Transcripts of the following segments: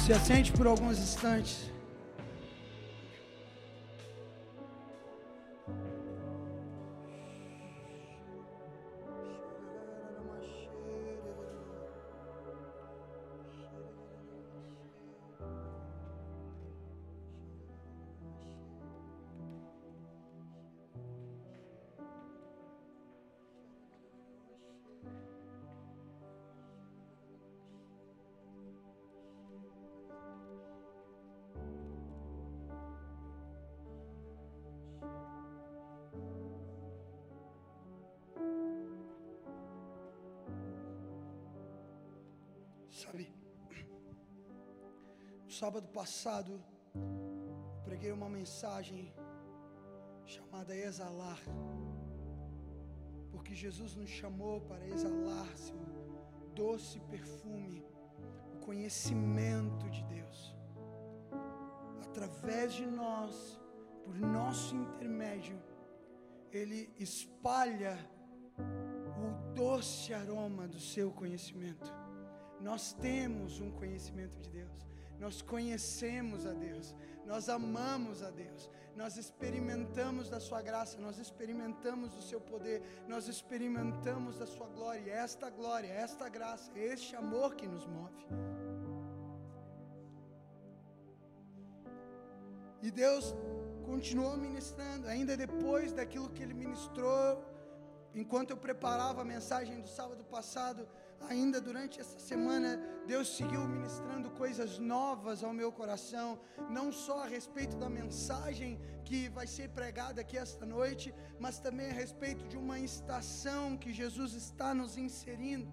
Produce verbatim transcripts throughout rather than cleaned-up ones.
Se assente por alguns instantes. Sabe, no sábado passado, preguei uma mensagem chamada exalar, porque Jesus nos chamou para exalar seu doce perfume, o conhecimento de Deus, através de nós, por nosso intermédio, Ele espalha o doce aroma do seu conhecimento. Nós temos um conhecimento de Deus, nós conhecemos a Deus, nós amamos a Deus, nós experimentamos da sua graça, nós experimentamos do seu poder, nós experimentamos da sua glória, esta glória, esta graça, este amor que nos move. E Deus continuou ministrando, ainda depois daquilo que Ele ministrou, enquanto eu preparava a mensagem do sábado passado, ainda durante essa semana, Deus seguiu ministrando coisas novas ao meu coração, não só a respeito da mensagem que vai ser pregada aqui esta noite, mas também a respeito de uma estação que Jesus está nos inserindo.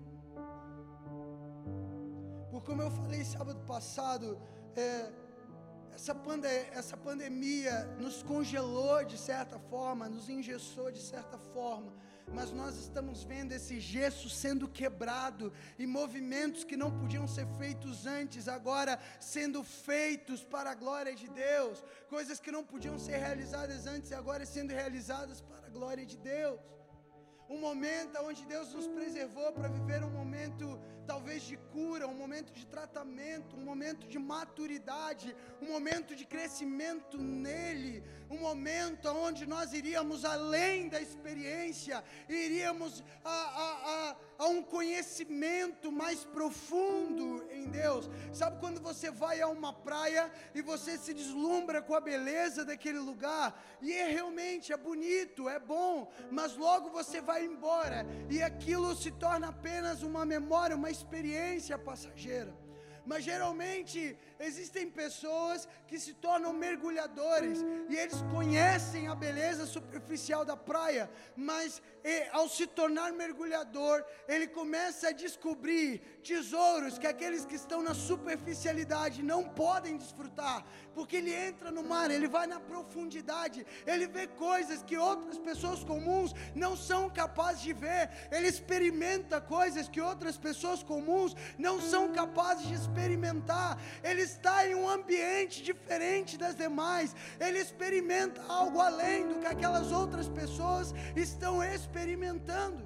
Por como eu falei sábado passado, é, essa, pande- essa pandemia nos congelou de certa forma, nos engessou de certa forma, mas nós estamos vendo esse gesso sendo quebrado e movimentos que não podiam ser feitos antes, agora sendo feitos para a glória de Deus, coisas que não podiam ser realizadas antes, agora sendo realizadas para a glória de Deus. Um momento onde Deus nos preservou para viver um momento talvez de cura, um momento de tratamento, um momento de maturidade, um momento de crescimento nele, um momento onde nós iríamos além da experiência, iríamos a, a, a, a um conhecimento mais profundo em Deus. Sabe quando você vai a uma praia e você se deslumbra com a beleza daquele lugar, e é realmente, é bonito, é bom, mas logo você vai embora, e aquilo se torna apenas uma memória, uma experiência passageira. Mas geralmente existem pessoas que se tornam mergulhadores e eles conhecem a beleza superficial da praia, mas e, ao se tornar mergulhador, ele começa a descobrir tesouros que aqueles que estão na superficialidade não podem desfrutar, porque ele entra no mar, ele vai na profundidade, ele vê coisas que outras pessoas comuns não são capazes de ver, ele experimenta coisas que outras pessoas comuns não são capazes de experimentar, ele está em um ambiente diferente das demais, ele experimenta algo além do que aquelas outras pessoas estão experimentando,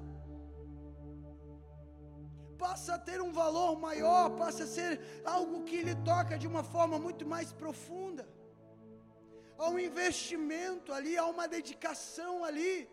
passa a ter um valor maior, passa a ser algo que lhe toca de uma forma muito mais profunda, há um investimento ali, há uma dedicação ali.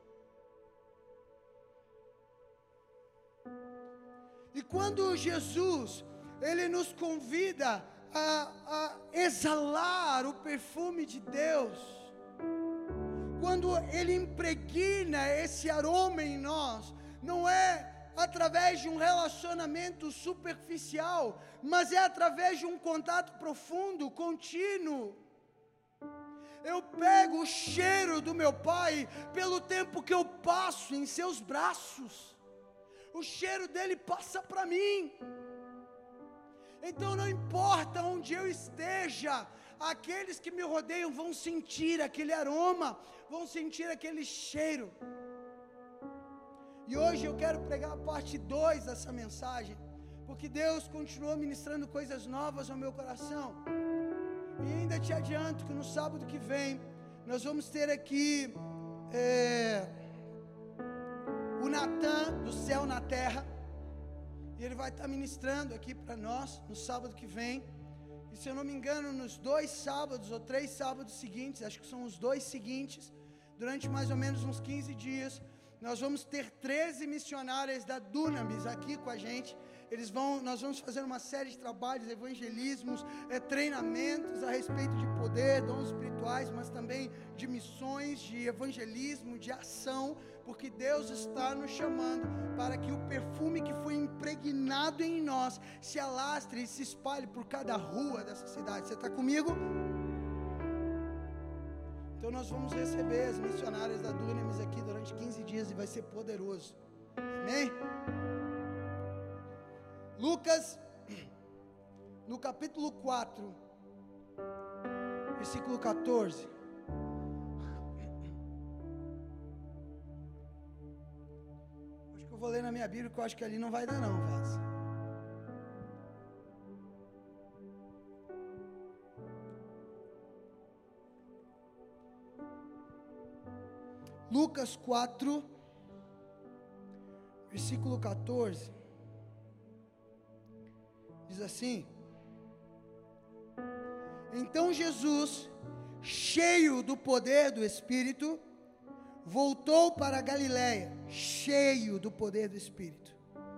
E quando Jesus, Ele nos convida a, a exalar o perfume de Deus, quando Ele impregna esse aroma em nós, não é através de um relacionamento superficial, mas é através de um contato profundo, contínuo. Eu pego o cheiro do meu Pai pelo tempo que eu passo em seus braços, o cheiro dele passa para mim. Então não importa onde eu esteja, aqueles que me rodeiam vão sentir aquele aroma, vão sentir aquele cheiro. E hoje eu quero pregar a parte dois dessa mensagem, porque Deus continuou ministrando coisas novas ao meu coração. E ainda te adianto que no sábado que vem, nós vamos ter aqui é, o Natan do Céu na Terra, e ele vai estar ministrando aqui para nós no sábado que vem. E se eu não me engano, nos dois sábados ou três sábados seguintes, acho que são os dois seguintes, durante mais ou menos uns quinze dias, nós vamos ter treze missionárias da Dunamis aqui com a gente. Eles vão, nós vamos fazer uma série de trabalhos, evangelismos, é, treinamentos a respeito de poder, dons espirituais, mas também de missões, de evangelismo, de ação, porque Deus está nos chamando para que o perfume que foi impregnado em nós se alastre e se espalhe por cada rua dessa cidade. Você está comigo? Então nós vamos receber as missionárias da Dunamis aqui durante quinze dias e vai ser poderoso. Amém? Lucas, no capítulo quatro, versículo quatorze. Acho que eu vou ler na minha Bíblia, porque eu acho que ali não vai dar não, Vaz. Lucas quatro, versículo quatorze. Diz assim: então Jesus, cheio do poder do Espírito, voltou para a Galileia, cheio do poder do Espírito,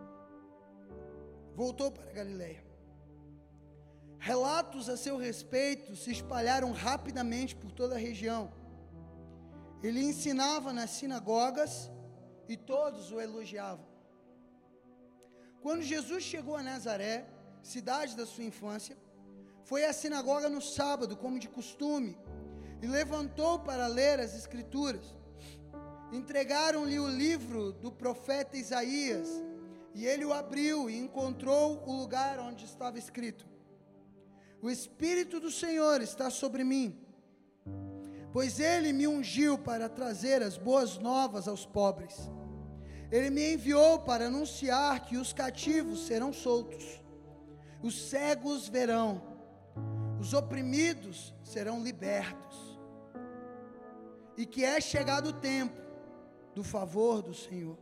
voltou para a Galileia. Relatos a seu respeito se espalharam rapidamente por toda a região. Ele ensinava nas sinagogas e todos o elogiavam. Quando Jesus chegou a Nazaré, cidade da sua infância, foi à sinagoga no sábado, como de costume, e levantou para ler as Escrituras. Entregaram-lhe o livro do profeta Isaías, e ele o abriu e encontrou o lugar onde estava escrito: o Espírito do Senhor está sobre mim, pois ele me ungiu para trazer as boas novas aos pobres. Ele me enviou para anunciar que os cativos serão soltos, os cegos verão, os oprimidos serão libertos, e que é chegado o tempo do favor do Senhor.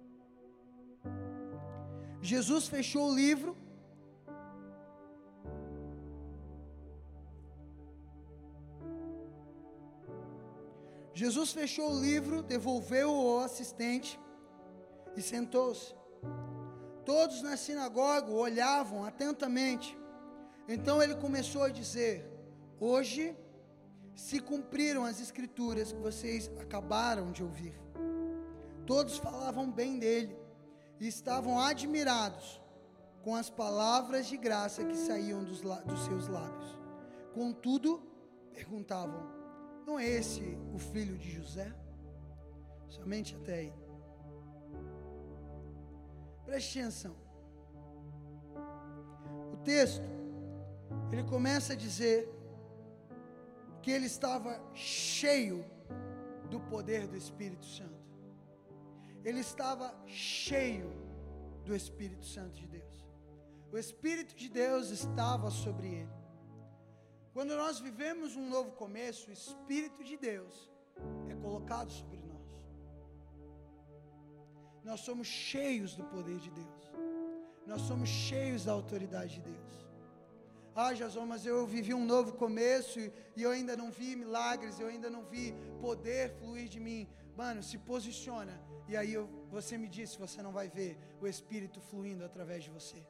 Jesus fechou o livro, Jesus fechou o livro, devolveu-o ao assistente e sentou-se. Todos na sinagoga olhavam atentamente. Então ele começou a dizer: hoje se cumpriram as escrituras que vocês acabaram de ouvir. Todos falavam bem dele e estavam admirados com as palavras de graça que saíam dos, dos seus lábios. Contudo, perguntavam: não é esse o filho de José? Somente até aí. Preste atenção. O texto, ele começa a dizer que ele estava cheio do poder do Espírito Santo. Ele estava cheio do Espírito Santo de Deus. O Espírito de Deus estava sobre ele. Quando nós vivemos um novo começo, o Espírito de Deus é colocado sobre nós. Nós somos cheios do poder de Deus. Nós somos cheios da autoridade de Deus. Ah, Jason, mas eu vivi um novo começo e, e eu ainda não vi milagres, eu ainda não vi poder fluir de mim. Mano, se posiciona. E aí eu, você me diz se você não vai ver o Espírito fluindo através de você.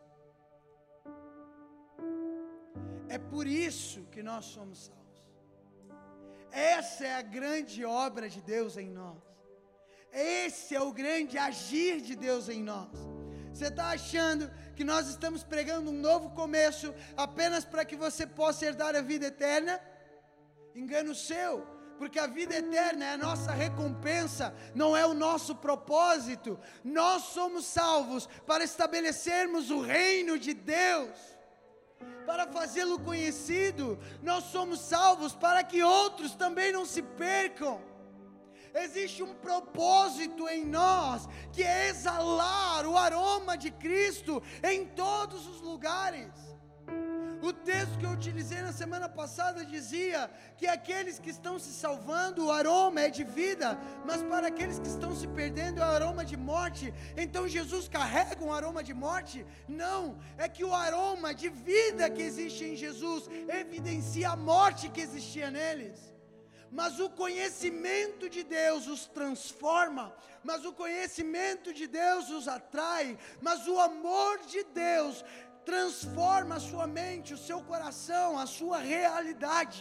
É por isso que nós somos salvos. Essa é a grande obra de Deus em nós. Esse é o grande agir de Deus em nós. Você está achando que nós estamos pregando um novo começo apenas para que você possa herdar a vida eterna? Engano seu, porque a vida eterna é a nossa recompensa, não é o nosso propósito. Nós somos salvos para estabelecermos o reino de Deus, para fazê-lo conhecido. Nós somos salvos para que outros também não se percam. Existe um propósito em nós, que é exalar o aroma de Cristo em todos os lugares. O texto que eu utilizei na semana passada dizia que aqueles que estão se salvando, o aroma é de vida, mas para aqueles que estão se perdendo é o aroma de morte. Então Jesus carrega um aroma de morte? Não, é que o aroma de vida que existe em Jesus evidencia a morte que existia neles. Mas o conhecimento de Deus os transforma, mas o conhecimento de Deus os atrai, mas o amor de Deus transforma a sua mente, o seu coração, a sua realidade.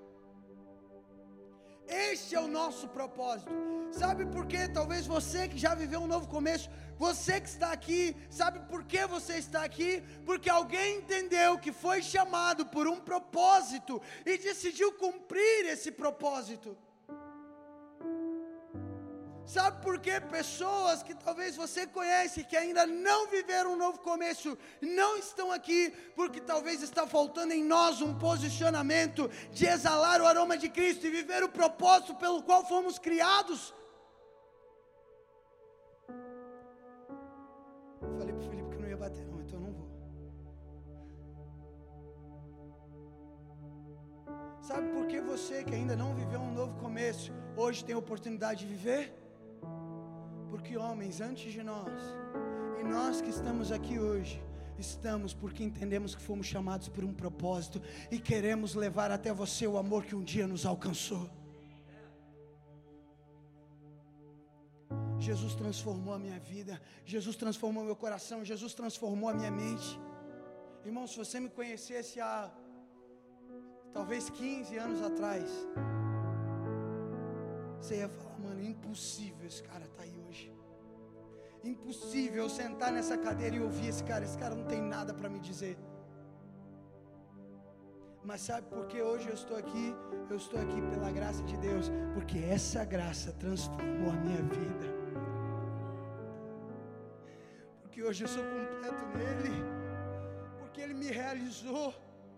Este é o nosso propósito. Sabe por quê? Talvez você que já viveu um novo começo, você que está aqui, sabe por que você está aqui? Porque alguém entendeu que foi chamado por um propósito e decidiu cumprir esse propósito. Sabe por que pessoas que talvez você conhece, que ainda não viveram um novo começo, não estão aqui? Porque talvez está faltando em nós um posicionamento de exalar o aroma de Cristo e viver o propósito pelo qual fomos criados. Eu falei para o Felipe que eu não ia bater não, então eu não vou. Sabe por que você que ainda não viveu um novo começo, hoje tem a oportunidade de viver? Porque homens antes de nós, e nós que estamos aqui hoje, estamos porque entendemos que fomos chamados por um propósito e queremos levar até você o amor que um dia nos alcançou. Jesus transformou a minha vida, Jesus transformou meu coração, Jesus transformou a minha mente. Irmão, se você me conhecesse há talvez quinze anos atrás, você ia falar, mano, é impossível esse cara tá aí hoje. Impossível eu sentar nessa cadeira e ouvir esse cara, esse cara não tem nada para me dizer. Mas sabe por que hoje eu estou aqui? Eu estou aqui pela graça de Deus, porque essa graça transformou a minha vida. Porque hoje eu sou completo nele, porque ele me realizou.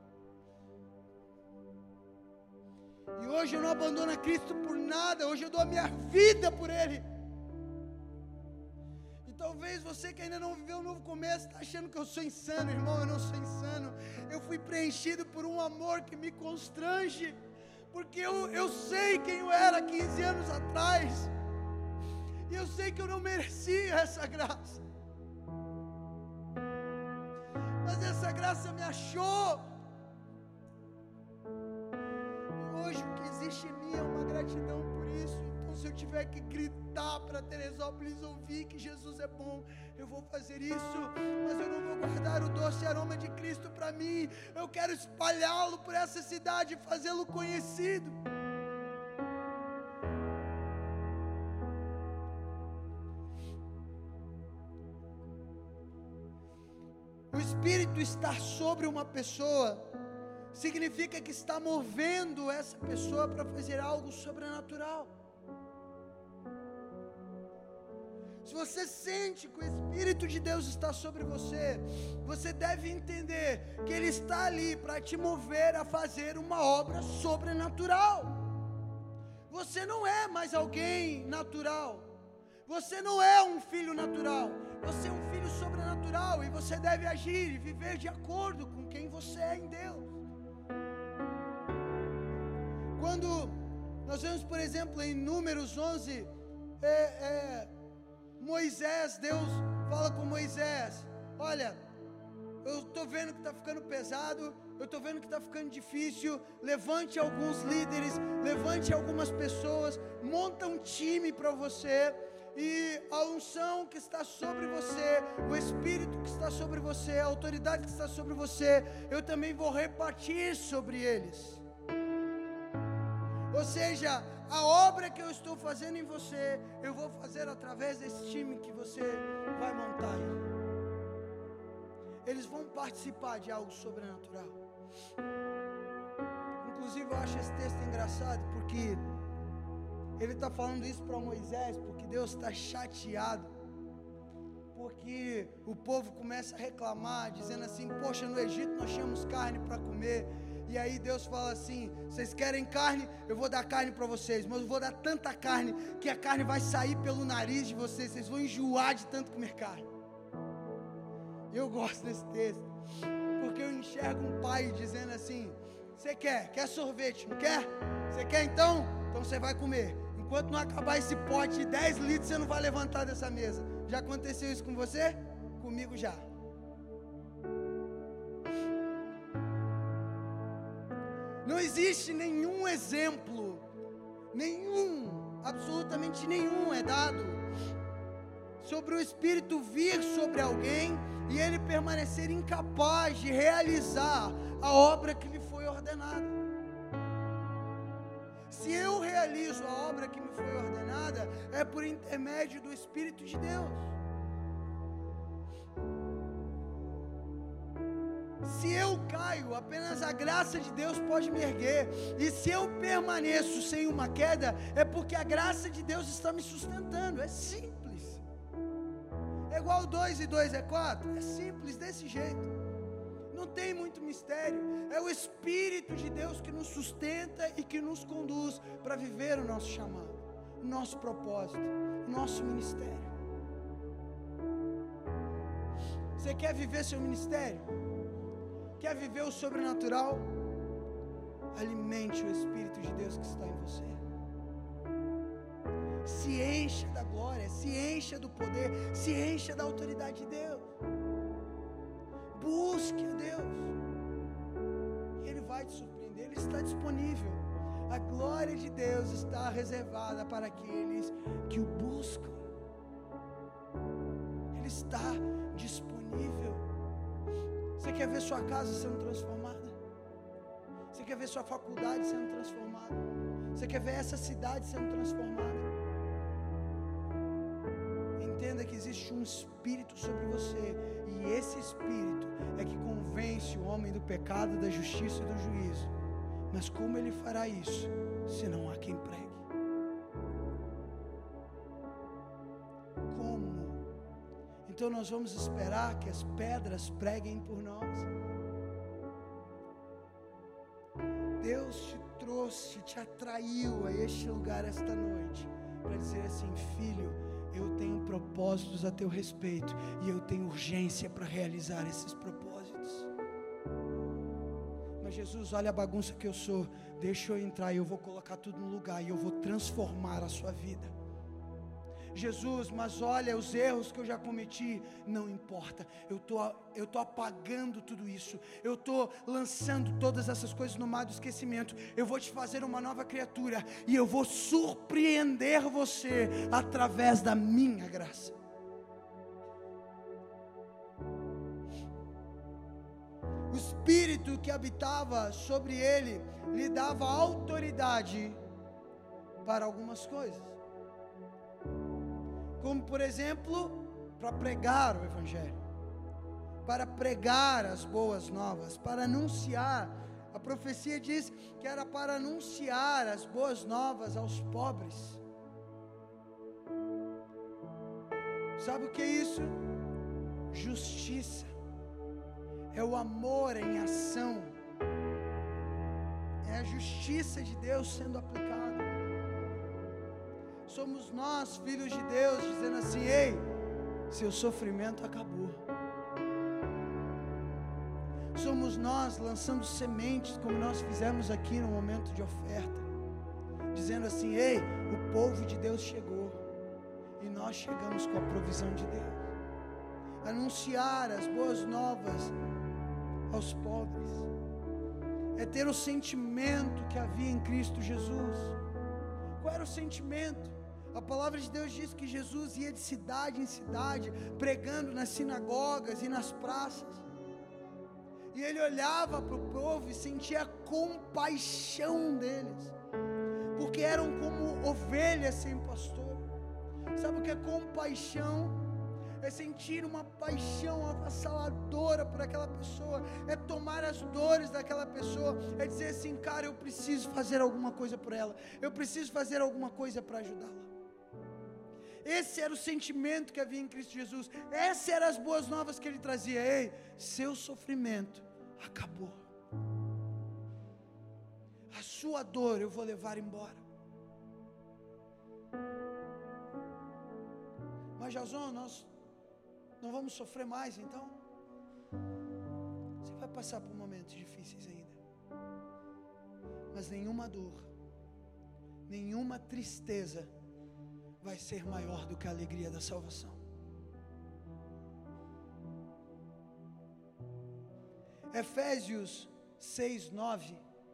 E hoje eu não abandono a Cristo por nada, hoje eu dou a minha vida por ele. E talvez você que ainda não viveu um novo começo, está achando que eu sou insano. Irmão, eu não sou insano. Eu fui preenchido por um amor que me constrange, porque eu, eu sei quem eu era quinze anos atrás, e eu sei que eu não merecia essa graça, mas essa graça me achou. Hoje o que existe em mim é uma gratidão por isso. Então se eu tiver que gritar para Teresópolis ouvir que Jesus é bom, eu vou fazer isso, mas eu não vou guardar o doce aroma de Cristo para mim. Eu quero espalhá-lo por essa cidade e fazê-lo conhecido. O Espírito estar sobre uma pessoa significa que está movendo essa pessoa para fazer algo sobrenatural. Se você sente que o Espírito de Deus está sobre você, você deve entender que Ele está ali para te mover a fazer uma obra sobrenatural. Você não é mais alguém natural, você não é um filho natural, você é um filho sobrenatural, e você deve agir e viver de acordo com quem você é em Deus. Quando nós vemos, por exemplo, em Números onze, é, é, Moisés, Deus fala com Moisés: olha, eu estou vendo que está ficando pesado, eu estou vendo que está ficando difícil, levante alguns líderes, levante algumas pessoas, monta um time para você, e a unção que está sobre você, o Espírito que está sobre você, a autoridade que está sobre você, eu também vou repartir sobre eles. Ou seja, a obra que eu estou fazendo em você, eu vou fazer através desse time que você vai montar aí. Eles vão participar de algo sobrenatural. Inclusive eu acho esse texto engraçado, porque ele está falando isso para Moisés, porque Deus está chateado, porque o povo começa a reclamar, dizendo assim: poxa, no Egito nós tínhamos carne para comer. E aí Deus fala assim: vocês querem carne? Eu vou dar carne para vocês, mas eu vou dar tanta carne que a carne vai sair pelo nariz de vocês, vocês vão enjoar de tanto comer carne. Eu gosto desse texto, porque eu enxergo um pai dizendo assim: você quer? Quer sorvete? Não quer? Você quer então? Então você vai comer. Enquanto não acabar esse pote de dez litros, você não vai levantar dessa mesa. Já aconteceu isso com você? Comigo já. Não existe nenhum exemplo, nenhum, absolutamente nenhum é dado sobre o Espírito vir sobre alguém e ele permanecer incapaz de realizar a obra que lhe foi ordenada. Se eu realizo a obra que me foi ordenada, é por intermédio do Espírito de Deus. Se eu caio, apenas a graça de Deus pode me erguer. E se eu permaneço sem uma queda, é porque a graça de Deus está me sustentando. É simples. É igual dois e dois é quatro. É simples desse jeito. Não tem muito mistério. É o Espírito de Deus que nos sustenta e que nos conduz para viver o nosso chamado, o nosso propósito, o nosso ministério. Você quer viver seu ministério? Quer viver o sobrenatural? Alimente o Espírito de Deus que está em você. Se encha da glória, se encha do poder, se encha da autoridade de Deus. Busque a Deus. E Ele vai te surpreender, Ele está disponível. A glória de Deus está reservada para aqueles que o buscam. Ele está disponível. Você quer ver sua casa sendo transformada? Você quer ver sua faculdade sendo transformada? Você quer ver essa cidade sendo transformada? Entenda que existe um Espírito sobre você, e esse Espírito é que convence o homem do pecado, da justiça e do juízo. Mas como ele fará isso, se não há quem pregue? Então nós vamos esperar que as pedras preguem por nós? Deus te trouxe, te atraiu a este lugar esta noite para dizer assim: filho, eu tenho propósitos a teu respeito e eu tenho urgência para realizar esses propósitos. Mas Jesus, olha a bagunça que eu sou, deixa eu entrar e eu vou colocar tudo no lugar e eu vou transformar a sua vida. Jesus, mas olha os erros que eu já cometi, não importa, eu tô, eu tô apagando tudo isso, eu tô lançando todas essas coisas no mar do esquecimento, eu vou te fazer uma nova criatura, e eu vou surpreender você, através da minha graça. O Espírito que habitava sobre ele, lhe dava autoridade para algumas coisas. Como por exemplo, para pregar o Evangelho, para pregar as boas novas, para anunciar. A profecia diz que era para anunciar as boas novas aos pobres. Sabe o que é isso? Justiça. É o amor em ação. É a justiça de Deus sendo aplicada. Somos nós, filhos de Deus, dizendo assim: ei, seu sofrimento acabou. Somos nós lançando sementes, como nós fizemos aqui no momento de oferta, dizendo assim: ei, o povo de Deus chegou, e nós chegamos com a provisão de Deus. Anunciar as boas novas aos pobres é ter o sentimento que havia em Cristo Jesus. Qual era o sentimento? A palavra de Deus diz que Jesus ia de cidade em cidade, pregando nas sinagogas e nas praças. E ele olhava para o povo e sentia compaixão deles, porque eram como ovelhas sem pastor. Sabe o que é compaixão? É sentir uma paixão avassaladora por aquela pessoa, é tomar as dores daquela pessoa, é dizer assim: cara, eu preciso fazer alguma coisa por ela, eu preciso fazer alguma coisa para ajudá-la. Esse era o sentimento que havia em Cristo Jesus, essas eram as boas novas que ele trazia. Ei, seu sofrimento acabou, a sua dor eu vou levar embora. Mas Jason, nós não vamos sofrer mais então? Você vai passar por momentos difíceis ainda. Mas nenhuma dor, nenhuma tristeza vai ser maior do que a alegria da salvação. Efésios seis, nove.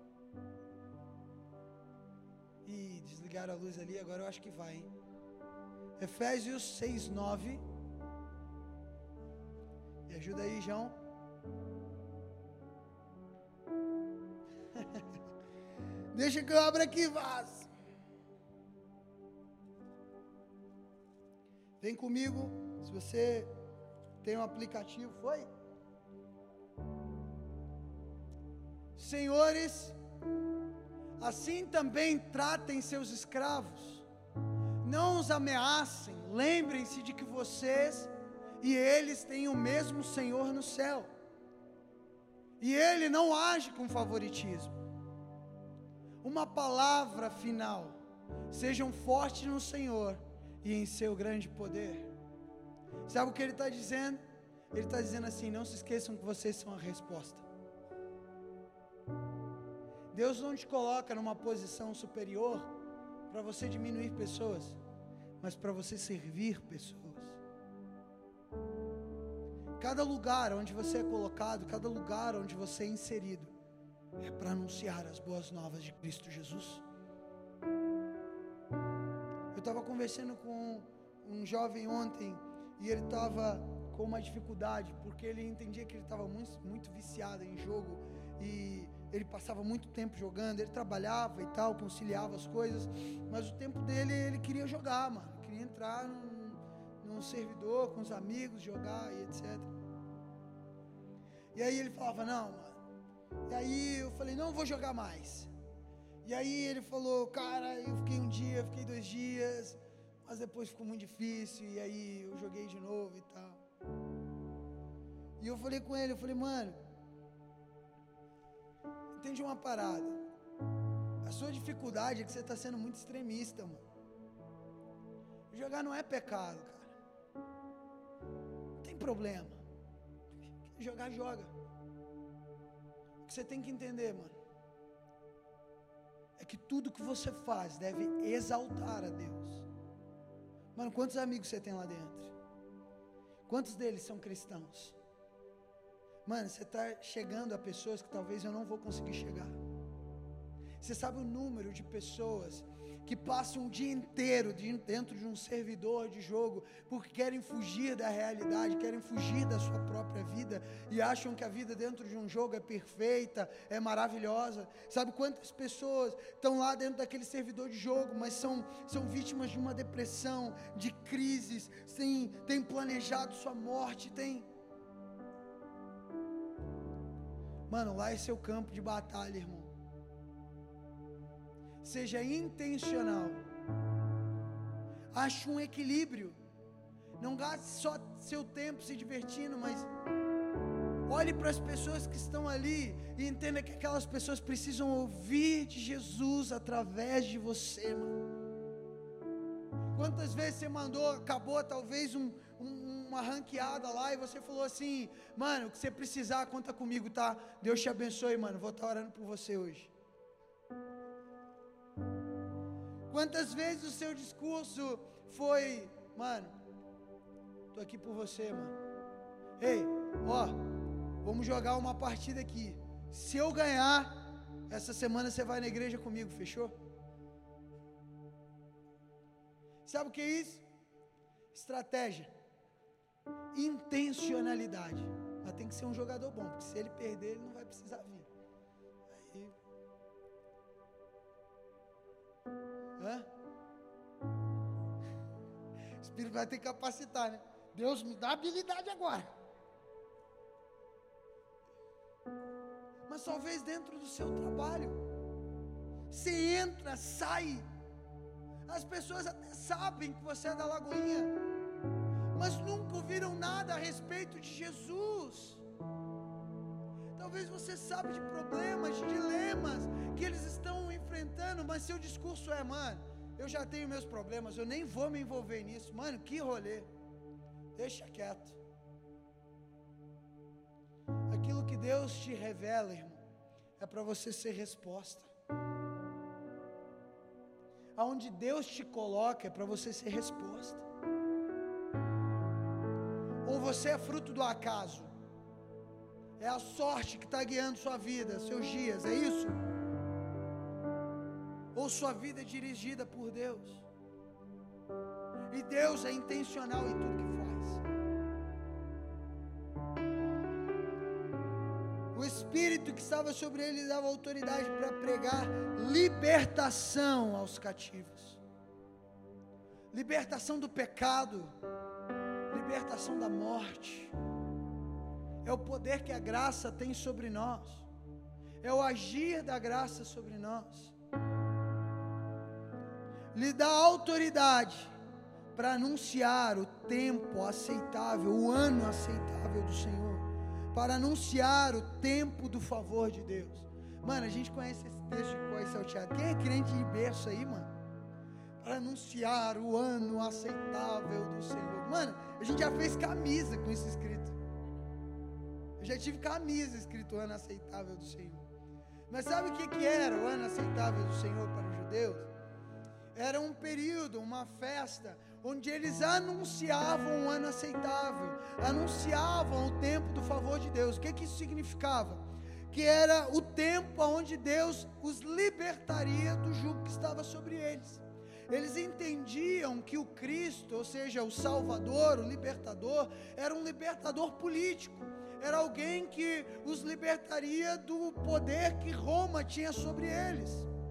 E desligaram a luz ali, agora eu acho que vai, hein? Efésios seis, nove. Me ajuda aí, João. Deixa que eu abra aqui, Vaz. Vem comigo, se você tem um aplicativo, foi? Senhores, assim também tratem seus escravos, não os ameacem, lembrem-se de que vocês e eles têm o mesmo Senhor no céu, e Ele não age com favoritismo. Uma palavra final: sejam fortes no Senhor e em seu grande poder. Sabe o que Ele está dizendo? Ele está dizendo assim: não se esqueçam que vocês são a resposta. Deus não te coloca numa posição superior para você diminuir pessoas, mas para você servir pessoas. Cada lugar onde você é colocado, cada lugar onde você é inserido, é para anunciar as boas novas de Cristo Jesus. Eu estava conversando com um jovem ontem, e ele estava com uma dificuldade, porque ele entendia que ele estava muito, muito viciado em jogo, e ele passava muito tempo jogando. Ele trabalhava e tal, conciliava as coisas, mas o tempo dele, ele queria jogar, mano, queria entrar num, num servidor com os amigos, jogar e etcétera. E aí ele falava: não, mano. E aí eu falei: não vou jogar mais. E aí ele falou: cara, eu fiquei um dia, fiquei dois dias, mas depois ficou muito difícil, e aí eu joguei de novo e tal. E eu falei com ele, eu falei: mano, entende uma parada, a sua dificuldade é que você está sendo muito extremista, mano. Jogar não é pecado, cara, não tem problema. Jogar, joga. O que você tem que entender, mano, é que tudo que você faz deve exaltar a Deus. Mano, quantos amigos você tem lá dentro? Quantos deles são cristãos? Mano, você está chegando a pessoas que talvez eu não vou conseguir chegar. Você sabe o número de pessoas que passam o dia inteiro dentro de um servidor de jogo, porque querem fugir da realidade, querem fugir da sua própria vida, e acham que a vida dentro de um jogo é perfeita, é maravilhosa. Sabe quantas pessoas estão lá dentro daquele servidor de jogo, mas são, são vítimas de uma depressão, de crises, têm, têm planejado sua morte, têm... Mano, lá é seu campo de batalha, irmão. Seja intencional. Ache um equilíbrio. Não gaste só seu tempo se divertindo, mas olhe para as pessoas que estão ali e entenda que aquelas pessoas precisam ouvir de Jesus através de você, mano. Quantas vezes você mandou, acabou talvez um, um, uma ranqueada lá, e você falou assim: mano, o que você precisar, conta comigo, tá? Deus te abençoe, mano, vou estar orando por você hoje. Quantas vezes o seu discurso foi: mano, tô aqui por você, mano. Ei, ó, vamos jogar uma partida aqui. Se eu ganhar, essa semana você vai na igreja comigo, fechou? Sabe o que é isso? Estratégia, intencionalidade. Mas tem que ser um jogador bom, porque se ele perder, ele não vai precisar vir. Aí... Hã? O Espírito vai ter que capacitar, né? Deus, me dá habilidade agora. Mas talvez dentro do seu trabalho, você entra, sai. As pessoas até sabem que você é da Lagoinha, mas nunca ouviram nada a respeito de Jesus. Talvez você sabe de problemas, de dilemas que eles estão enfrentando, mas seu discurso é: mano, eu já tenho meus problemas, eu nem vou me envolver nisso. Mano, que rolê, deixa quieto. Aquilo que Deus Deus te revela, irmão, é para você ser resposta. Aonde Deus te coloca é para você ser resposta. Ou você é fruto do acaso? É a sorte que está guiando sua vida, seus dias, é isso? Ou sua vida é dirigida por Deus? E Deus é intencional em tudo que faz. O Espírito que estava sobre ele dava autoridade para pregar libertação aos cativos. Libertação do pecado. Libertação da morte. É o poder que a graça tem sobre nós. É o agir da graça sobre nós. Lhe dá autoridade para anunciar o tempo aceitável, o ano aceitável do Senhor, para anunciar o tempo do favor de Deus. Mano, a gente conhece esse texto de Coisa Salteado. Quem é crente de berço aí, mano? Para anunciar o ano aceitável do Senhor. Mano, a gente já fez camisa com isso escrito. Eu já tive camisa escrito o ano aceitável do Senhor. Mas sabe o que, que era o ano aceitável do Senhor para os judeus? Era um período, uma festa, onde eles anunciavam o ano aceitável, anunciavam o tempo do favor de Deus. O que, que isso significava? Que era o tempo onde Deus os libertaria do jugo que estava sobre eles. Eles entendiam que o Cristo, ou seja, o Salvador, o libertador, era um libertador político. Era alguém que os libertaria do poder que Roma tinha sobre eles.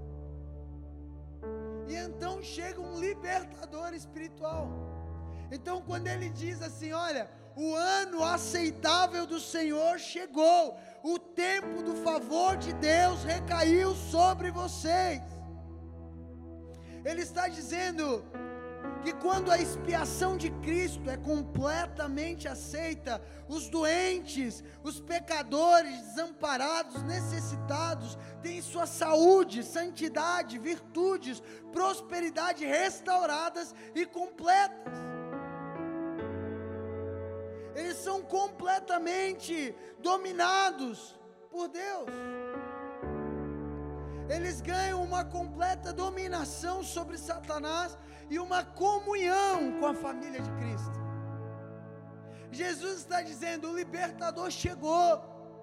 E então chega um libertador espiritual. Então quando ele diz assim, olha, o ano aceitável do Senhor chegou, o tempo do favor de Deus recaiu sobre vocês. Ele está dizendo que quando a expiação de Cristo é completamente aceita, os doentes, os pecadores, desamparados, necessitados, têm sua saúde, santidade, virtudes, prosperidade restauradas e completas. Eles são completamente dominados por Deus. Eles ganham uma completa dominação sobre Satanás e uma comunhão com a família de Cristo. Jesus está dizendo, o libertador chegou.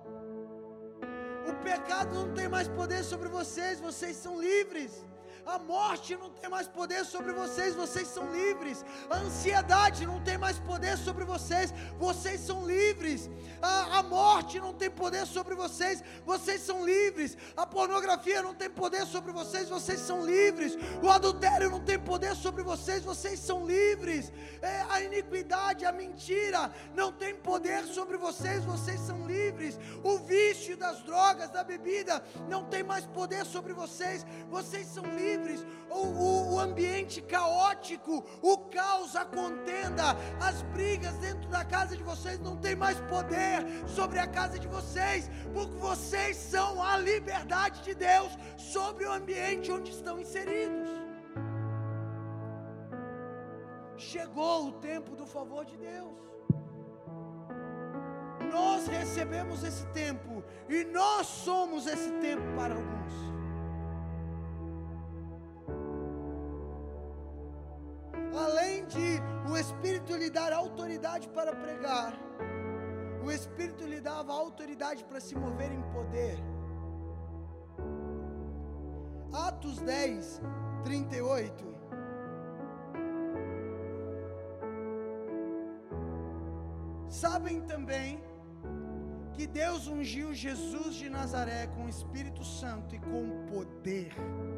O pecado não tem mais poder sobre vocês, vocês são livres. A morte não tem mais poder sobre vocês, vocês são livres. A ansiedade não tem mais poder sobre vocês, vocês são livres. A, a morte não tem poder sobre vocês, vocês são livres. A pornografia não tem poder sobre vocês, vocês são livres. O adultério não tem poder sobre vocês, vocês são livres. É, a iniquidade, a mentira não tem poder sobre vocês, vocês são livres. O vício das drogas, da bebida não tem mais poder sobre vocês, vocês são livres. O, o, o ambiente caótico, o caos, a contenda, as brigas dentro da casa de vocês não tem mais poder sobre a casa de vocês, porque vocês são a liberdade de Deus sobre o ambiente onde estão inseridos. Chegou o tempo do favor de Deus. Nós recebemos esse tempo e nós somos esse tempo para alguns. Além de o Espírito lhe dar autoridade para pregar, o Espírito lhe dava autoridade para se mover em poder. Atos dez, trinta e oito. Sabem também que Deus ungiu Jesus de Nazaré com o Espírito Santo e com poder.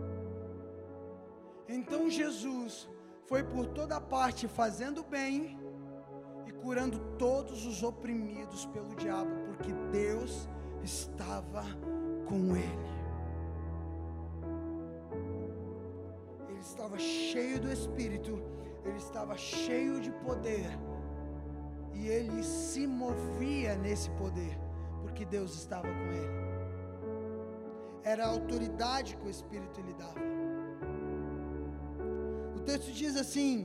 Então Jesus foi por toda parte fazendo bem e curando todos os oprimidos pelo diabo, porque Deus estava com ele. Ele estava cheio do Espírito, ele estava cheio de poder, e ele se movia nesse poder, porque Deus estava com ele. Era a autoridade que o Espírito lhe dava. O texto diz assim: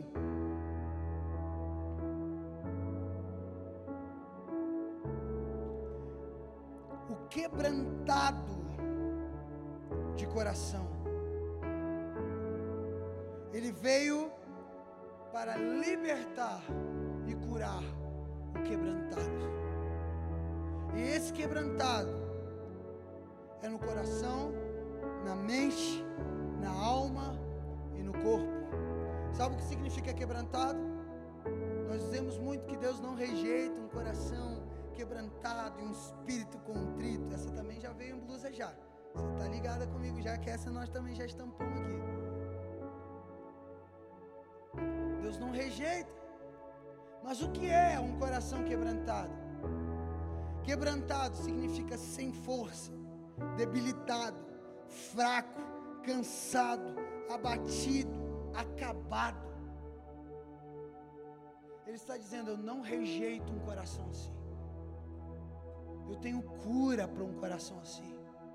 o quebrantado de coração. Ele veio para libertar e curar o quebrantado. E esse quebrantado é no coração, na mente, na alma e no corpo. Sabe o que significa quebrantado? Nós dizemos muito que Deus não rejeita um coração quebrantado e um espírito contrito. Essa também já veio em blusa já. Você está ligada comigo já, que essa nós também já estampamos aqui. Deus não rejeita. Mas o que é um coração quebrantado? Quebrantado significa sem força, debilitado, fraco, cansado, abatido, acabado. Ele está dizendo: eu não rejeito um coração assim. Eu tenho cura para um coração assim.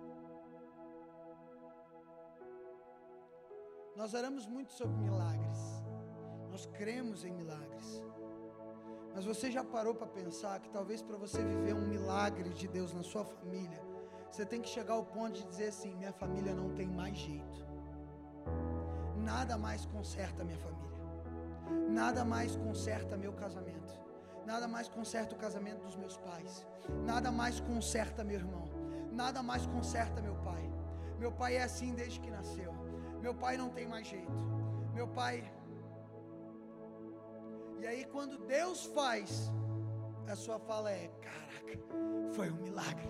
Nós oramos muito sobre milagres. Nós cremos em milagres. Mas você já parou para pensar que talvez para você viver um milagre de Deus na sua família, você tem que chegar ao ponto de dizer assim: minha família não tem mais jeito. Nada mais conserta minha família. Nada mais conserta meu casamento. Nada mais conserta o casamento dos meus pais. Nada mais conserta meu irmão. Nada mais conserta meu pai. Meu pai é assim desde que nasceu. Meu pai não tem mais jeito. Meu pai... E aí quando Deus faz, a sua fala é: caraca, foi um milagre.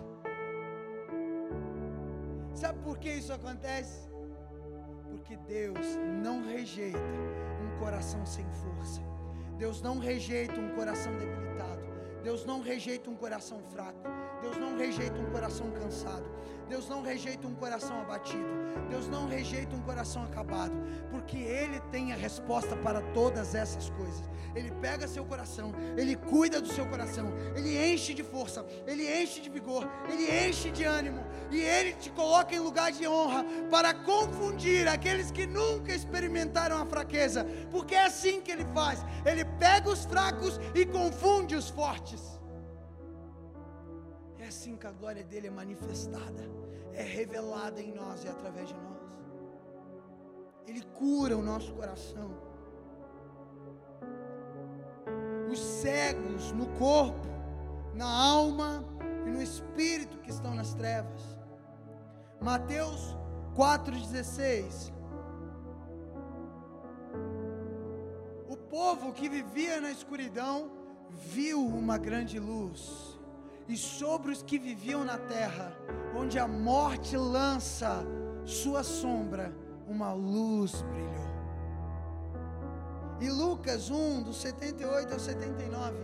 Sabe por que isso acontece? Porque Deus não rejeita um coração sem força. Deus não rejeita um coração debilitado. Deus não rejeita um coração fraco. Deus não rejeita um coração cansado. Deus não rejeita um coração abatido. Deus não rejeita um coração acabado. Porque Ele tem a resposta para todas essas coisas. Ele pega seu coração, Ele cuida do seu coração, Ele enche de força, Ele enche de vigor, Ele enche de ânimo. E Ele te coloca em lugar de honra para confundir aqueles que nunca experimentaram a fraqueza. Porque é assim que Ele faz. Ele pega os fracos e confunde os fortes. É assim que a glória dele é manifestada, é revelada em nós e através de nós. Ele cura o nosso coração. Os cegos no corpo, na alma e no espírito que estão nas trevas. Mateus quatro dezesseis. O povo que vivia na escuridão viu uma grande luz. E sobre os que viviam na terra, onde a morte lança sua sombra, uma luz brilhou. E Lucas um, do setenta e oito ao setenta e nove.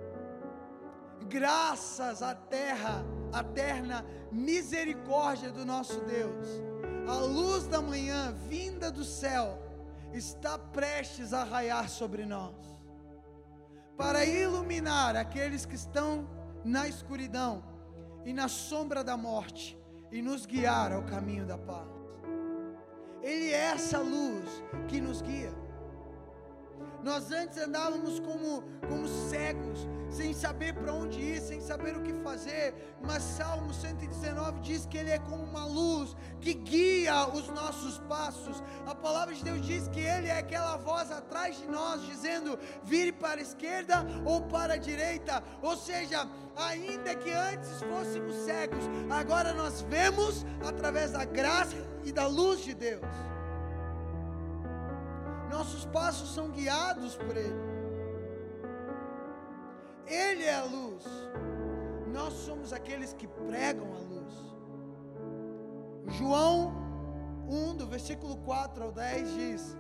Graças à terra, à eterna misericórdia do nosso Deus, a luz da manhã vinda do céu está prestes a raiar sobre nós, para iluminar aqueles que estão na escuridão e na sombra da morte, e nos guiar ao caminho da paz. Ele é essa luz que nos guia. Nós antes andávamos como, como cegos, sem saber para onde ir, sem saber o que fazer, mas Salmo cento e dezenove diz que Ele é como uma luz que guia os nossos passos. A palavra de Deus diz que Ele é aquela voz atrás de nós, dizendo: vire para a esquerda ou para a direita. Ou seja, ainda que antes fôssemos cegos, agora nós vemos através da graça e da luz de Deus. Nossos passos são guiados por Ele. Ele é a luz. Nós somos aqueles que pregam a luz. João um, do versículo quatro ao dez diz: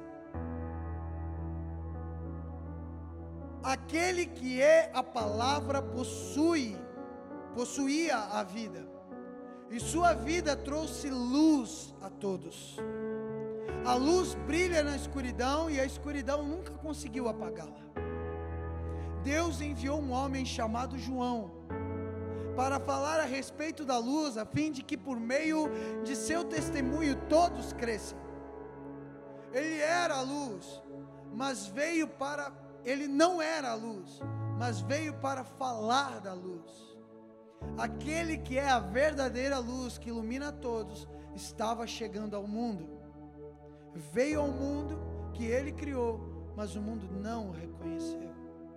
aquele que é a palavra possui, possuía a vida, e sua vida trouxe luz a todos. A luz brilha na escuridão e a escuridão nunca conseguiu apagá-la. Deus enviou um homem chamado João para falar a respeito da luz, a fim de que por meio de seu testemunho todos cresçam. Ele era a luz, mas veio para... Ele não era a luz, mas veio para falar da luz. aquele que é a verdadeira luz que ilumina todos, estava chegando ao mundo. Veio ao mundo que ele criou, mas o mundo não o reconheceu.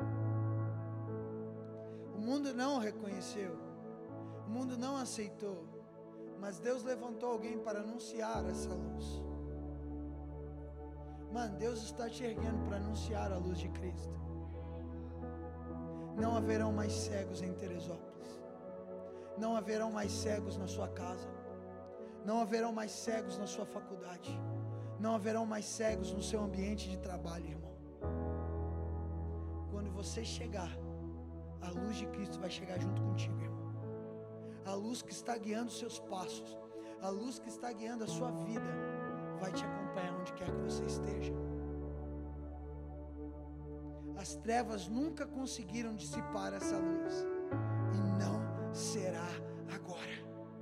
O mundo não o reconheceu. O mundo não aceitou. Mas Deus levantou alguém para anunciar essa luz. Mano, Deus está te erguendo para anunciar a luz de Cristo. Não haverão mais cegos em Teresópolis. Não haverão mais cegos na sua casa. Não haverão mais cegos na sua faculdade. Não haverão mais cegos no seu ambiente de trabalho, irmão. Quando você chegar, a luz de Cristo vai chegar junto contigo, irmão. A luz que está guiando os seus passos, a luz que está guiando a sua vida, vai te acompanhar onde quer que você esteja. As trevas nunca conseguiram dissipar essa luz, e não será agora.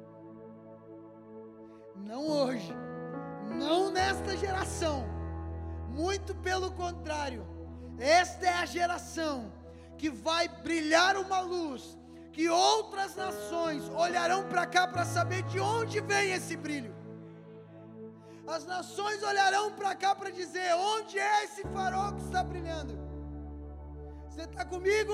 Não hoje, não nesta geração, muito pelo contrário. Esta é a geração que vai brilhar uma luz, que outras nações olharão para cá para saber de onde vem esse brilho. As nações olharão para cá para dizer: onde é esse farol que está brilhando? Você está comigo?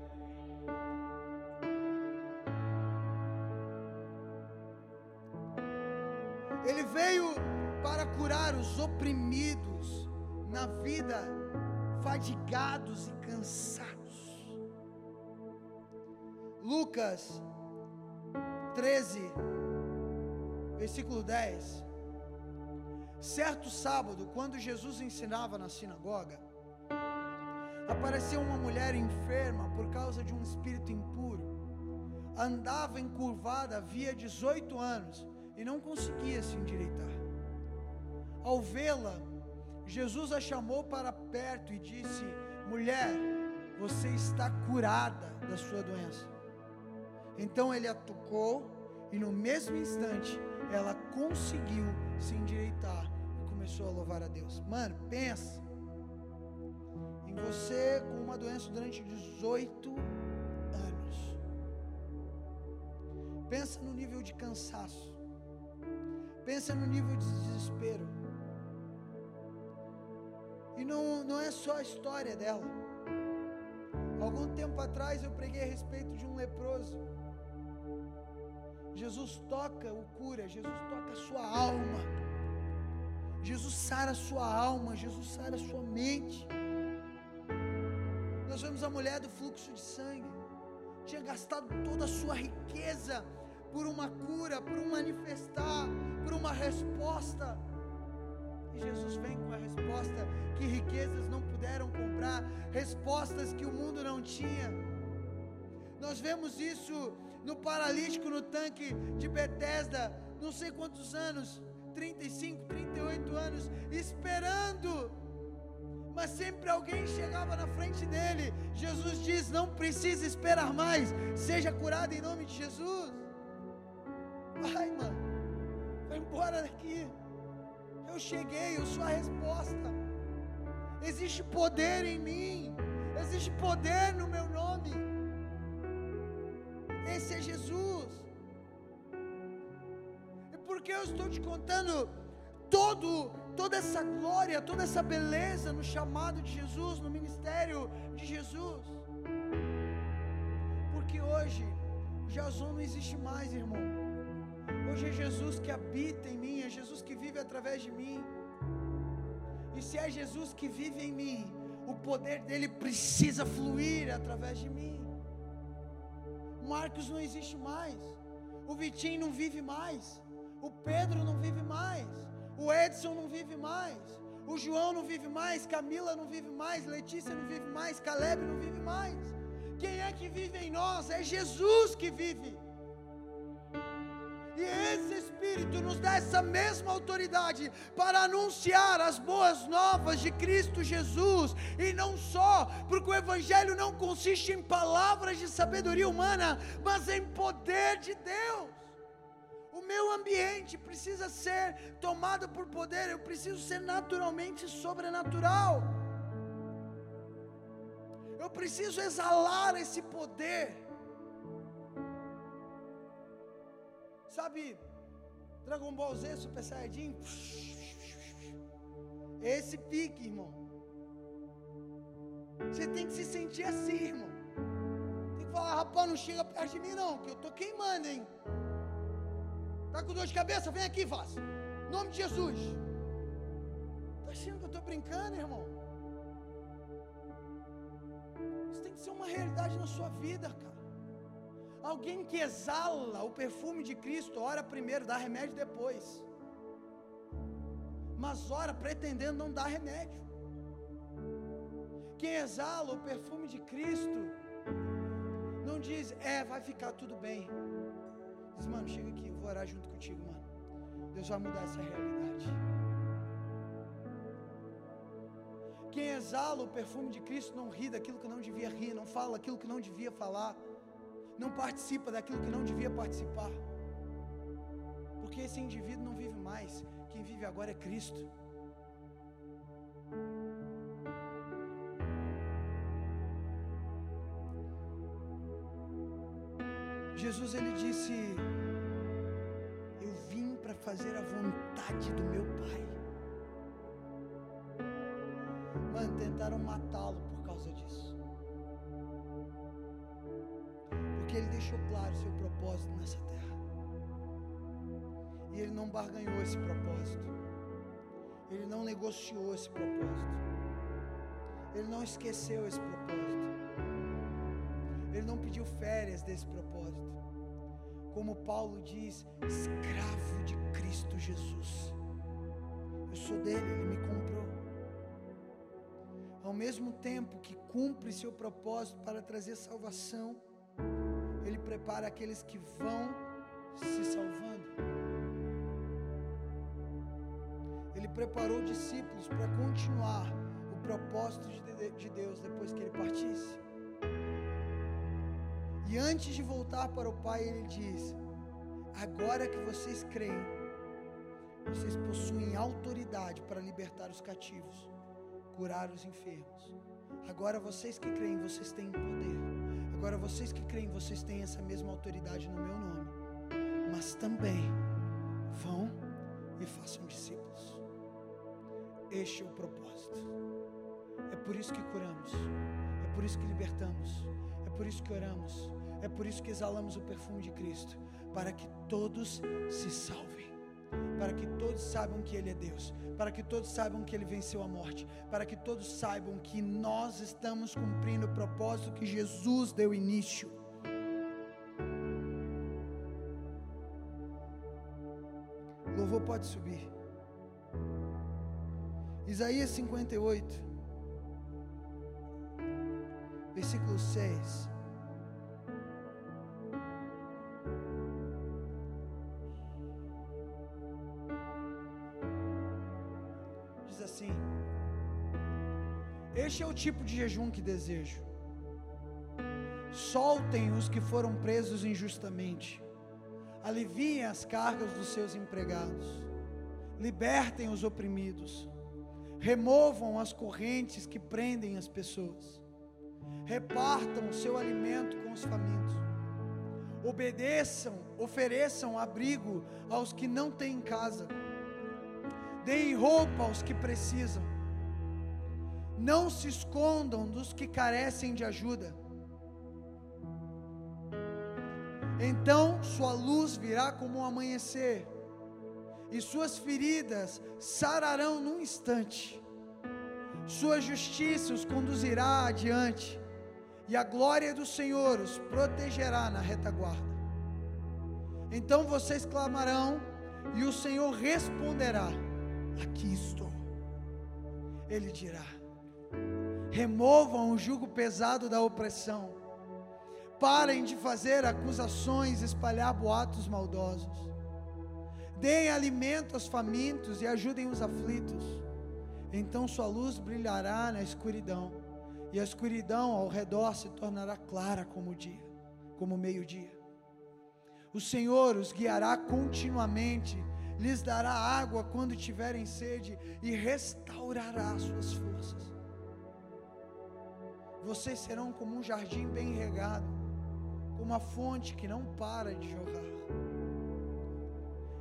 Ele veio para curar os oprimidos na vida, fadigados e cansados. Lucas treze, versículo dez. Certo sábado, quando Jesus ensinava na sinagoga, apareceu uma mulher enferma por causa de um espírito impuro. Andava encurvada havia dezoito anos e não conseguia se endireitar. Ao vê-la, Jesus a chamou para perto e disse: mulher, você está curada da sua doença. Então ele a tocou e no mesmo instante ela conseguiu se endireitar e começou a louvar a Deus. Mano, pensa em você com uma doença durante dezoito anos. Pensa no nível de cansaço. Pensa no nível de desespero. E não, não é só a história dela. Algum tempo atrás eu preguei a respeito de um leproso. Jesus toca o cura, Jesus toca a sua alma. Jesus sara a sua alma, Jesus sara a sua mente. Nós vemos a mulher do fluxo de sangue. Tinha gastado toda a sua riqueza por uma cura, por um manifestar, por uma resposta. E Jesus vem com a resposta que riquezas não puderam comprar, respostas que o mundo não tinha. Nós vemos isso no paralítico no tanque de Betesda, não sei quantos anos, trinta e cinco, trinta e oito anos, esperando, mas sempre alguém chegava na frente dele. Jesus diz: não precisa esperar mais, seja curado em nome de Jesus. Vai, mano, vai embora daqui. Eu cheguei, eu sou a resposta. Existe poder em mim, existe poder no meu nome. Esse é Jesus. E por que eu estou te contando todo, toda essa glória, toda essa beleza no chamado de Jesus, no ministério de Jesus? Porque hoje Jason não existe mais, irmão. Hoje é Jesus que habita em mim, é Jesus que vive através de mim. E se é Jesus que vive em mim, o poder dele precisa fluir através de mim. O Marcos não existe mais, o Vitinho não vive mais, o Pedro não vive mais, o Edson não vive mais, o João não vive mais, Camila não vive mais, Letícia não vive mais, Caleb não vive mais. Quem é que vive em nós? É Jesus que vive. E esse Espírito nos dá essa mesma autoridade para anunciar as boas novas de Cristo Jesus. E não só, porque o Evangelho não consiste em palavras de sabedoria humana, mas em poder de Deus. O meu ambiente precisa ser tomado por poder, eu preciso ser naturalmente sobrenatural. Eu preciso exalar esse poder. sabe, Dragon Ball Z, Super Saiyajin? Esse pique, irmão. Você tem que se sentir assim, irmão. Tem que falar, rapaz, não chega perto de mim não, que eu tô queimando, hein? Tá com dor de cabeça? Vem aqui, faz. Em nome de Jesus. Tá achando que eu tô brincando, irmão? Isso tem que ser uma realidade na sua vida, cara. Alguém que exala o perfume de Cristo, ora primeiro, dá remédio depois. Mas ora pretendendo não dar remédio. Quem exala o perfume de Cristo, não diz, é, vai ficar tudo bem. Diz, mano, chega aqui, eu vou orar junto contigo, mano. Deus vai mudar essa realidade. Quem exala o perfume de Cristo não ri daquilo que não devia rir, não fala aquilo que não devia falar, não participa daquilo que não devia participar. Porque esse indivíduo não vive mais, quem vive agora é Cristo. Jesus, ele disse, eu vim para fazer a vontade do meu Pai. Mano, tentaram matá-lo por causa disso. Porque ele deixou claro o seu propósito nessa terra. E ele não barganhou esse propósito. Ele não negociou esse propósito. Ele não esqueceu esse propósito. Ele não pediu férias desse propósito. Como Paulo diz, escravo de Cristo Jesus. Eu sou dele, ele me comprou. Ao mesmo tempo que cumpre seu propósito para trazer salvação, ele prepara aqueles que vão se salvando. Ele preparou discípulos para continuar o propósito de Deus depois que ele partisse. E antes de voltar para o Pai, ele diz, agora que vocês creem, vocês possuem autoridade para libertar os cativos, curar os enfermos. Agora vocês que creem, vocês têm poder. Agora vocês que creem, vocês têm essa mesma autoridade no meu nome. Mas também vão e façam discípulos. Este é o propósito. É por isso que curamos. É por isso que libertamos. É por isso que oramos. É por isso que exalamos o perfume de Cristo. Para que todos se salvem. Para que todos saibam que Ele é Deus. Para que todos saibam que Ele venceu a morte. Para que todos saibam que nós estamos cumprindo o propósito que Jesus deu início. O louvor pode subir. Isaías cinquenta e oito, versículo seis. Diz assim: este é o tipo de jejum que desejo. Soltem os que foram presos injustamente. Aliviem as cargas dos seus empregados. Libertem os oprimidos. Removam as correntes que prendem as pessoas. Repartam o seu alimento com os famintos. Obedeçam, ofereçam abrigo aos que não têm casa. Deem roupa aos que precisam. Não se escondam dos que carecem de ajuda. Então sua luz virá como um amanhecer, e suas feridas sararão num instante. Sua justiça os conduzirá adiante, e a glória do Senhor os protegerá na retaguarda. Então vocês clamarão, e o Senhor responderá: aqui estou. Ele dirá: removam o jugo pesado da opressão. Parem de fazer acusações e espalhar boatos maldosos. Deem alimento aos famintos e ajudem os aflitos. Então sua luz brilhará na escuridão, e a escuridão ao redor se tornará clara como o dia, como o meio-dia. O Senhor os guiará continuamente, lhes dará água quando tiverem sede e restaurará suas forças. Vocês serão como um jardim bem regado, como uma fonte que não para de jorrar.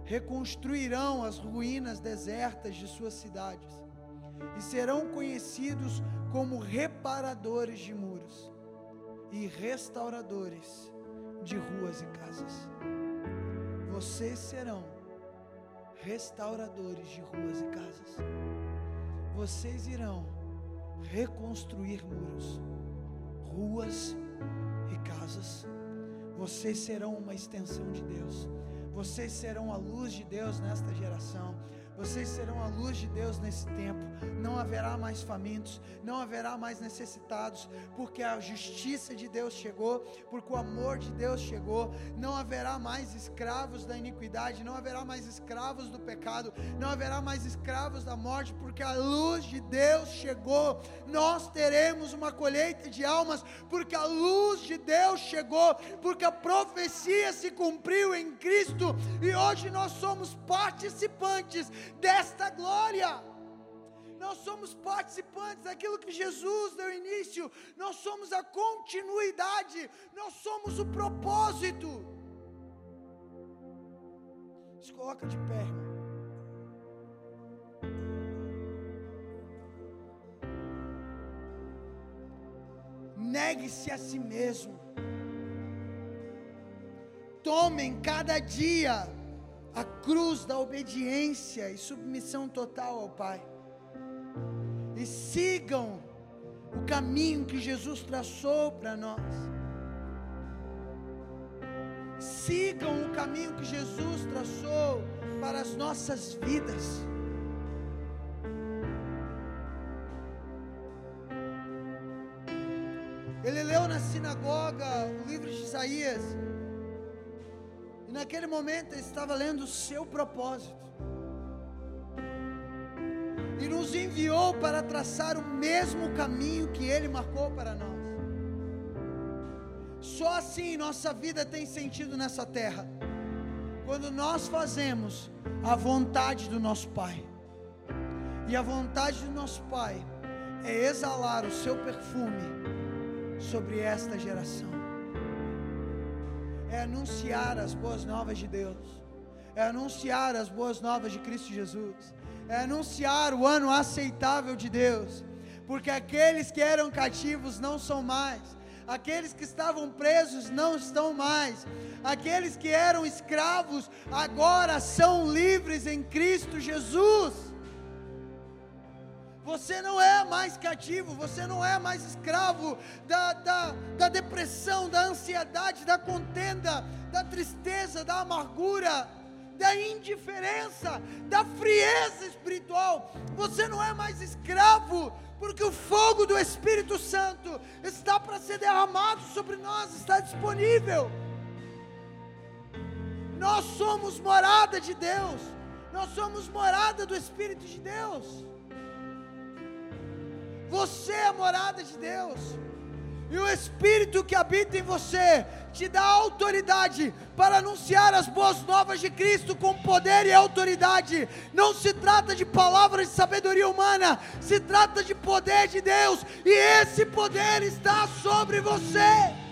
reconstruirão as ruínas desertas de suas cidades e serão conhecidos como reparadores de muros e restauradores de ruas e casas. Vocês serão restauradores de ruas e casas. Vocês irão reconstruir muros, ruas e casas. Vocês serão uma extensão de Deus. Vocês serão a luz de Deus nesta geração. Vocês serão a luz de Deus nesse tempo. Não haverá mais famintos, não haverá mais necessitados, porque a justiça de Deus chegou, porque o amor de Deus chegou. Não haverá mais escravos da iniquidade, não haverá mais escravos do pecado, não haverá mais escravos da morte, porque a luz de Deus chegou. Nós teremos uma colheita de almas, porque a luz de Deus chegou, porque a profecia se cumpriu em Cristo, e hoje nós somos participantes desta glória. Nós somos participantes daquilo que Jesus deu início. Nós somos a continuidade, nós somos o propósito. Se coloca de pé, irmão. Negue-se a si mesmo. Tomem cada dia a cruz da obediência e submissão total ao Pai. E sigam o caminho que Jesus traçou para nós. Sigam o caminho que Jesus traçou para as nossas vidas. Ele leu na sinagoga o livro de Isaías. E naquele momento ele estava lendo o seu propósito. E nos enviou para traçar o mesmo caminho que ele marcou para nós. Só assim nossa vida tem sentido nessa terra, quando nós fazemos a vontade do nosso Pai. E a vontade do nosso Pai é exalar o seu perfume sobre esta geração. É anunciar as boas novas de Deus, é anunciar as boas novas de Cristo Jesus, é anunciar o ano aceitável de Deus, porque aqueles que eram cativos não são mais, aqueles que estavam presos não estão mais, aqueles que eram escravos agora são livres em Cristo Jesus. Você não é mais cativo, você não é mais escravo da, da, da depressão, da ansiedade, da contenda, da tristeza, da amargura, da indiferença, da frieza espiritual. Você não é mais escravo, porque o fogo do Espírito Santo está para ser derramado sobre nós, está disponível. Nós somos morada de Deus, nós somos morada do Espírito de Deus. Você é a morada de Deus, e o Espírito que habita em você te dá autoridade para anunciar as boas novas de Cristo com poder e autoridade. Não se trata de palavras de sabedoria humana, se trata de poder de Deus, e esse poder está sobre você.